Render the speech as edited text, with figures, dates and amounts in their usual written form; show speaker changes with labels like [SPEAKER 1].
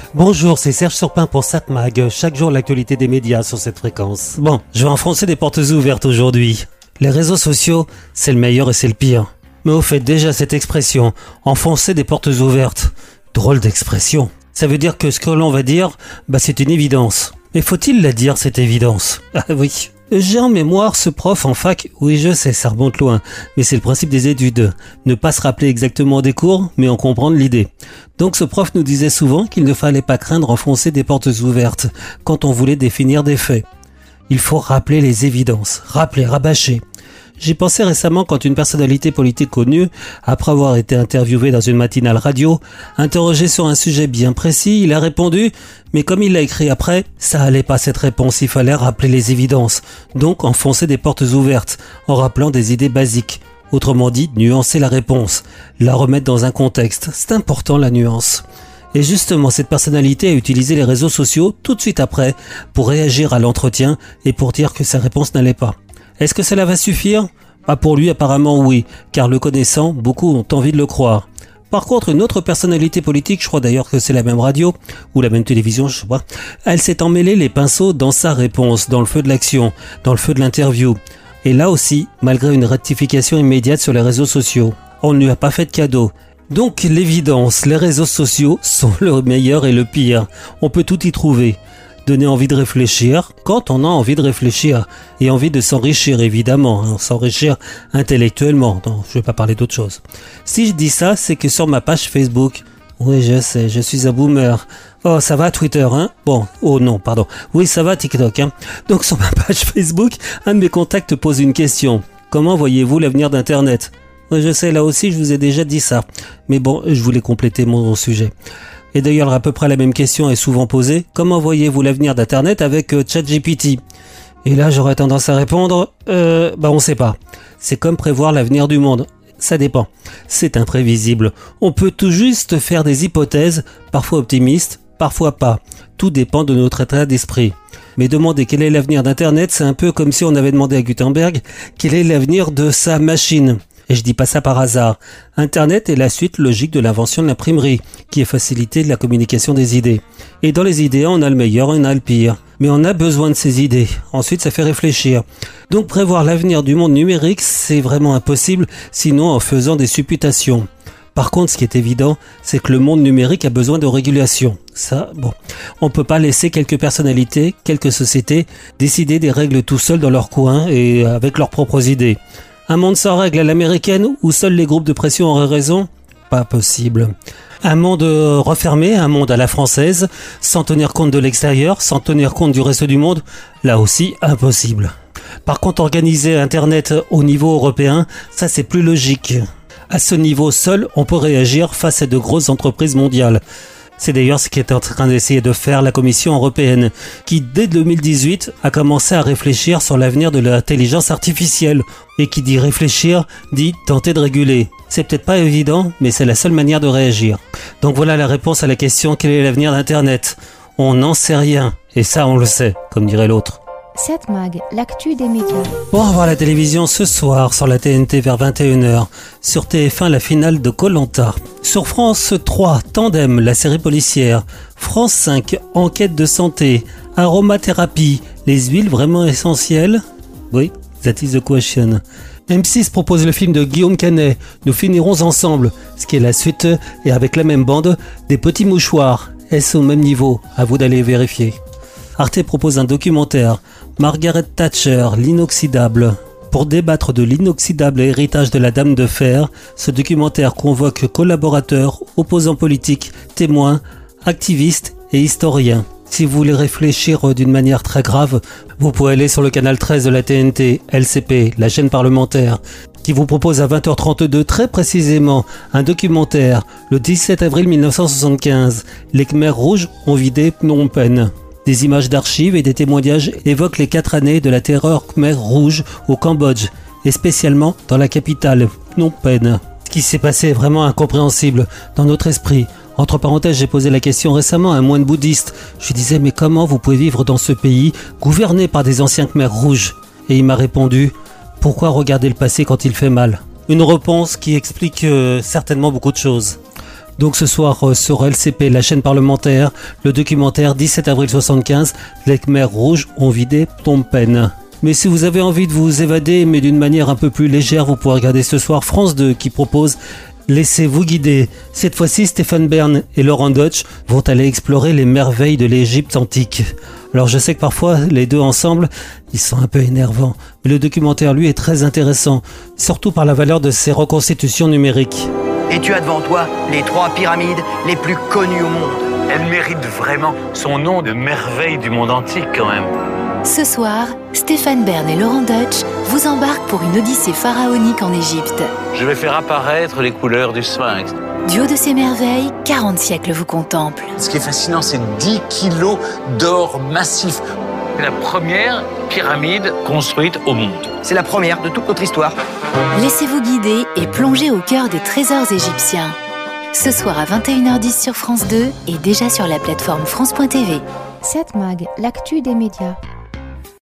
[SPEAKER 1] Bonjour, c'est Serge Surpin pour Satmag. Chaque jour, l'actualité des médias sur cette fréquence. Bon, je vais enfoncer des portes ouvertes aujourd'hui. Les réseaux sociaux, c'est le meilleur et c'est le pire. Mais au fait, déjà cette expression, enfoncer des portes ouvertes, drôle d'expression. Ça veut dire que ce que l'on va dire, c'est une évidence. Mais faut-il la dire, cette évidence? Ah oui. J'ai en mémoire ce prof en fac, oui je sais, ça remonte loin, mais c'est le principe des études. Ne pas se rappeler exactement des cours, mais en comprendre l'idée. Donc ce prof nous disait souvent qu'il ne fallait pas craindre enfoncer des portes ouvertes quand on voulait définir des faits. Il faut rappeler les évidences, rappeler, rabâcher. J'y pensais récemment quand une personnalité politique connue, après avoir été interviewé dans une matinale radio, interrogé sur un sujet bien précis, il a répondu, mais comme il l'a écrit après, ça allait pas cette réponse, il fallait rappeler les évidences, donc enfoncer des portes ouvertes, en rappelant des idées basiques. Autrement dit, nuancer la réponse, la remettre dans un contexte, c'est important la nuance. Et justement, cette personnalité a utilisé les réseaux sociaux tout de suite après pour réagir à l'entretien et pour dire que sa réponse n'allait pas. Est-ce que cela va suffire? Pour lui, apparemment oui, car le connaissant, beaucoup ont envie de le croire. Par contre, une autre personnalité politique, je crois d'ailleurs que c'est la même radio, ou la même télévision, je sais pas, elle s'est emmêlée les pinceaux dans sa réponse, dans le feu de l'action, dans le feu de l'interview. Et là aussi, malgré une rectification immédiate sur les réseaux sociaux, on ne lui a pas fait de cadeau. Donc l'évidence, les réseaux sociaux sont le meilleur et le pire. On peut tout y trouver. Donner envie de réfléchir quand on a envie de réfléchir et envie de s'enrichir évidemment, s'enrichir intellectuellement. Non, je vais pas parler d'autre chose. Si je dis ça, c'est que sur ma page Facebook, oui je sais, je suis un boomer. Oh ça va Twitter hein? Bon, oh non pardon, oui ça va TikTok hein. Donc sur ma page Facebook, un de mes contacts pose une question. Comment voyez-vous l'avenir d'Internet? Oui je sais, là aussi je vous ai déjà dit ça, mais bon je voulais compléter mon sujet. Et d'ailleurs, à peu près la même question est souvent posée. Comment voyez-vous l'avenir d'Internet avec ChatGPT? Et là, j'aurais tendance à répondre, on sait pas. C'est comme prévoir l'avenir du monde. Ça dépend. C'est imprévisible. On peut tout juste faire des hypothèses, parfois optimistes, parfois pas. Tout dépend de notre état d'esprit. Mais demander quel est l'avenir d'Internet, c'est un peu comme si on avait demandé à Gutenberg quel est l'avenir de sa machine. Et je dis pas ça par hasard. Internet est la suite logique de l'invention de l'imprimerie, qui est facilité de la communication des idées. Et dans les idées, on a le meilleur et on a le pire. Mais on a besoin de ces idées. Ensuite, ça fait réfléchir. Donc prévoir l'avenir du monde numérique, c'est vraiment impossible, sinon en faisant des supputations. Par contre, ce qui est évident, c'est que le monde numérique a besoin de régulation. Ça, on peut pas laisser quelques personnalités, quelques sociétés, décider des règles tout seuls dans leur coin et avec leurs propres idées. Un monde sans règles à l'américaine où seuls les groupes de pression auraient raison? Pas possible. Un monde refermé, un monde à la française, sans tenir compte de l'extérieur, sans tenir compte du reste du monde? Là aussi, impossible. Par contre, organiser Internet au niveau européen, ça c'est plus logique. À ce niveau seul, on peut réagir face à de grosses entreprises mondiales. C'est d'ailleurs ce qu'est en train d'essayer de faire la Commission européenne, qui dès 2018 a commencé à réfléchir sur l'avenir de l'intelligence artificielle. Et qui dit réfléchir, dit tenter de réguler. C'est peut-être pas évident, mais c'est la seule manière de réagir. Donc voilà la réponse à la question quel est l'avenir d'Internet? On n'en sait rien, et ça on le sait, comme dirait l'autre.
[SPEAKER 2] Satmag, l'actu des médias.
[SPEAKER 1] On va voir la télévision ce soir sur la TNT vers 21h. Sur TF1, la finale de Koh-Lanta. Sur France 3, Tandem, la série policière. France 5, enquête de santé. Aromathérapie, les huiles vraiment essentielles? Oui, that is the question. M6 propose le film de Guillaume Canet, Nous finirons ensemble, ce qui est la suite, et avec la même bande, des petits mouchoirs. Est-ce au même niveau? À vous d'aller vérifier. Arte propose un documentaire, Margaret Thatcher, l'inoxydable. Pour débattre de l'inoxydable héritage de la Dame de Fer, ce documentaire convoque collaborateurs, opposants politiques, témoins, activistes et historiens. Si vous voulez réfléchir d'une manière très grave, vous pouvez aller sur le canal 13 de la TNT, LCP, la chaîne parlementaire, qui vous propose à 20h32 très précisément un documentaire, le 17 avril 1975, les Khmers rouges ont vidé Phnom Penh. Des images d'archives et des témoignages évoquent les 4 années de la terreur Khmer rouge au Cambodge, et spécialement dans la capitale, Phnom Penh. Ce qui s'est passé est vraiment incompréhensible dans notre esprit. Entre parenthèses, j'ai posé la question récemment à un moine bouddhiste. Je lui disais, mais comment vous pouvez vivre dans ce pays gouverné par des anciens Khmers rouges? Et il m'a répondu, pourquoi regarder le passé quand il fait mal? Une réponse qui explique certainement beaucoup de choses. Donc ce soir sur LCP, la chaîne parlementaire, le documentaire 17 avril 75, les Khmers rouges ont vidé Phnom Penh. Mais si vous avez envie de vous évader, mais d'une manière un peu plus légère, vous pourrez regarder ce soir France 2 qui propose Laissez-vous guider. Cette fois-ci, Stéphane Bern et Laurent Deutsch vont aller explorer les merveilles de l'Égypte antique. Alors je sais que parfois, les deux ensemble, ils sont un peu énervants. Mais le documentaire, lui, est très intéressant, surtout par la valeur de ses reconstitutions numériques.
[SPEAKER 3] Et tu as devant toi les 3 pyramides les plus connues au monde.
[SPEAKER 4] Elle mérite vraiment son nom de merveille du monde antique quand même.
[SPEAKER 2] Ce soir, Stéphane Bern et Laurent Deutsch vous embarquent pour une odyssée pharaonique en Égypte.
[SPEAKER 4] Je vais faire apparaître les couleurs du sphinx.
[SPEAKER 2] Du haut de ces merveilles, 40 siècles vous contemplent.
[SPEAKER 5] Ce qui est fascinant, c'est 10 kilos d'or massif.
[SPEAKER 4] C'est la première pyramide construite au monde.
[SPEAKER 3] C'est la première de toute notre histoire.
[SPEAKER 2] Laissez-vous guider et plongez au cœur des trésors égyptiens. Ce soir à 21h10 sur France 2 et déjà sur la plateforme France.tv.
[SPEAKER 6] 7 Mag, l'actu des médias.